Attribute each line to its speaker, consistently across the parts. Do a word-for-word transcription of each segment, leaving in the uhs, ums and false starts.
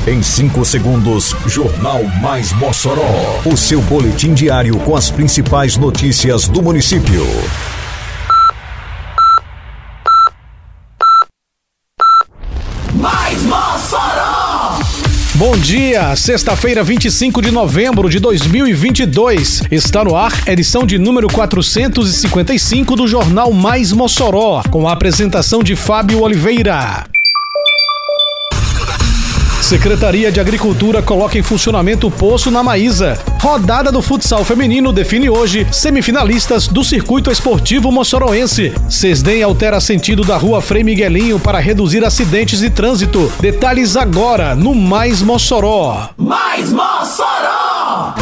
Speaker 1: Em cinco segundos, Jornal Mais Mossoró. O seu boletim diário com as principais notícias do município.
Speaker 2: Mais Mossoró!
Speaker 3: Bom dia, sexta-feira, vinte e cinco de novembro de dois mil e vinte e dois. Está no ar, edição de número quatrocentos e cinquenta e cinco do Jornal Mais Mossoró, com a apresentação de Fábio Oliveira. Secretaria de Agricultura coloca em funcionamento o Poço na Maísa. Rodada do futsal feminino define hoje semifinalistas do Circuito Esportivo Mossoroense. Sesdem altera sentido da rua Frei Miguelinho para reduzir acidentes de trânsito. Detalhes agora no Mais Mossoró.
Speaker 2: Mais Mossoró!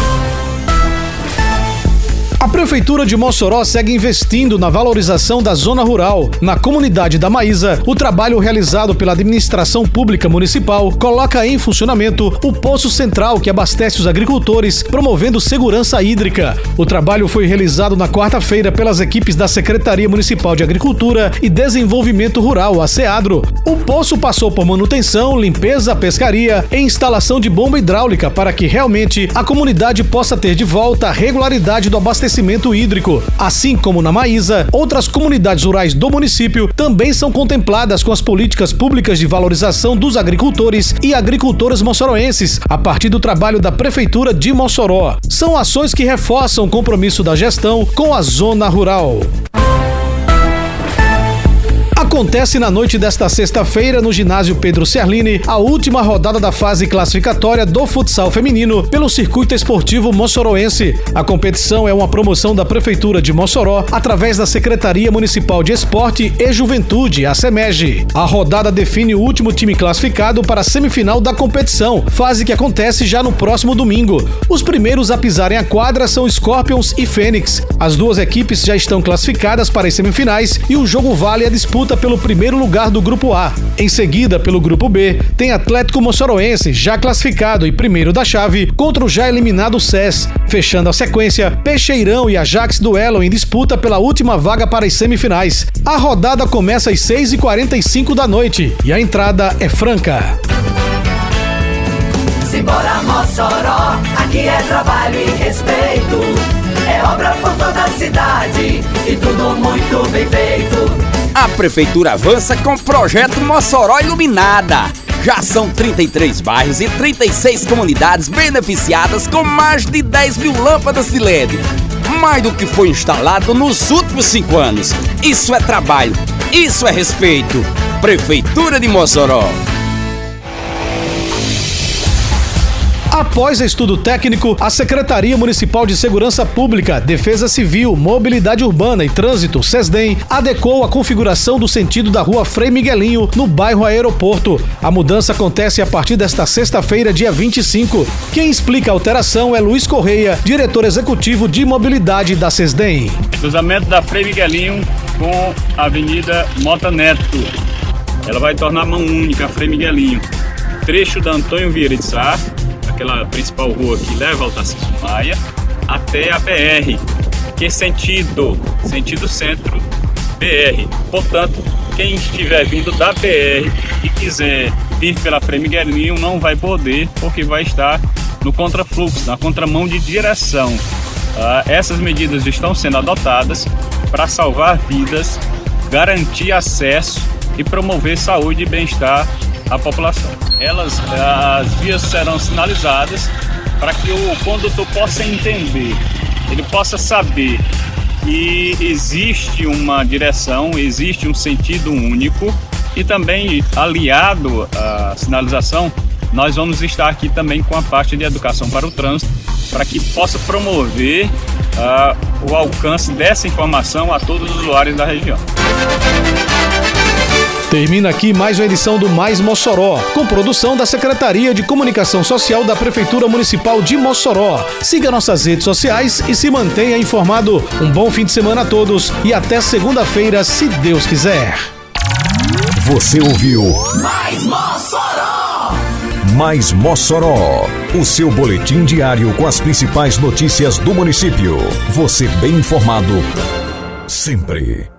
Speaker 3: A Prefeitura de Mossoró segue investindo na valorização da zona rural. Na comunidade da Maísa, o trabalho realizado pela Administração Pública Municipal coloca em funcionamento o Poço Central que abastece os agricultores, promovendo segurança hídrica. O trabalho foi realizado na quarta-feira pelas equipes da Secretaria Municipal de Agricultura e Desenvolvimento Rural, a SEADRO. O poço passou por manutenção, limpeza, pescaria e instalação de bomba hidráulica para que realmente a comunidade possa ter de volta a regularidade do abastecimento hídrico. Assim como na Maísa, outras comunidades rurais do município também são contempladas com as políticas públicas de valorização dos agricultores e agricultoras mossoroenses, a partir do trabalho da Prefeitura de Mossoró. São ações que reforçam o compromisso da gestão com a zona rural. Acontece na noite desta sexta-feira no ginásio Pedro Serlini a última rodada da fase classificatória do futsal feminino pelo Circuito Esportivo Mossoroense. A competição é uma promoção da Prefeitura de Mossoró através da Secretaria Municipal de Esporte e Juventude, a SEMEG. A rodada define o último time classificado para a semifinal da competição, fase que acontece já no próximo domingo. Os primeiros a pisarem a quadra são Scorpions e Fênix. As duas equipes já estão classificadas para as semifinais e o jogo vale a disputa pelo primeiro lugar do Grupo A. Em seguida, pelo Grupo B, tem Atlético Mossoroense, já classificado e primeiro da chave, contra o já eliminado S E S. Fechando a sequência, Peixeirão e Ajax duelam em disputa pela última vaga para as semifinais. A rodada começa às seis e quarenta e cinco da noite e a entrada é franca.
Speaker 2: Simbora Mossoró, aqui é trabalho e respeito. É obra por toda a cidade e tudo muito bem feito.
Speaker 4: A Prefeitura avança com o projeto Mossoró Iluminada. Já são trinta e três bairros e trinta e seis comunidades beneficiadas com mais de dez mil lâmpadas de L E D. Mais do que foi instalado nos últimos cinco anos. Isso é trabalho, isso é respeito. Prefeitura de Mossoró.
Speaker 3: Após estudo técnico, a Secretaria Municipal de Segurança Pública, Defesa Civil, Mobilidade Urbana e Trânsito, SESDEM, adequou a configuração do sentido da rua Frei Miguelinho, no bairro Aeroporto. A mudança acontece a partir desta sexta-feira, dia vinte e cinco. Quem explica a alteração é Luiz Correia, diretor executivo de mobilidade da SESDEM.
Speaker 5: Cruzamento da Frei Miguelinho com a Avenida Mota Neto. Ela vai tornar mão única a Frei Miguelinho. Trecho da Antônio Vieira de Sá, aquela principal rua que leva ao Tarcísio Maia, até a B R. Que sentido? Sentido centro, B R. Portanto, quem estiver vindo da B R e quiser vir pela Frei Miguelinho não vai poder, porque vai estar no contrafluxo, na contramão de direção. Ah, essas medidas estão sendo adotadas para salvar vidas, garantir acesso e promover saúde e bem-estar à população. Elas, as vias serão sinalizadas para que o condutor possa entender, ele possa saber que existe uma direção, existe um sentido único e também, aliado à sinalização, nós vamos estar aqui também com a parte de educação para o trânsito, para que possa promover uh, o alcance dessa informação a todos os usuários da região.
Speaker 3: Termina aqui mais uma edição do Mais Mossoró, com produção da Secretaria de Comunicação Social da Prefeitura Municipal de Mossoró. Siga nossas redes sociais e se mantenha informado. Um bom fim de semana a todos e até segunda-feira, se Deus quiser.
Speaker 1: Você ouviu
Speaker 2: Mais Mossoró!
Speaker 1: Mais Mossoró, o seu boletim diário com as principais notícias do município. Você bem informado sempre.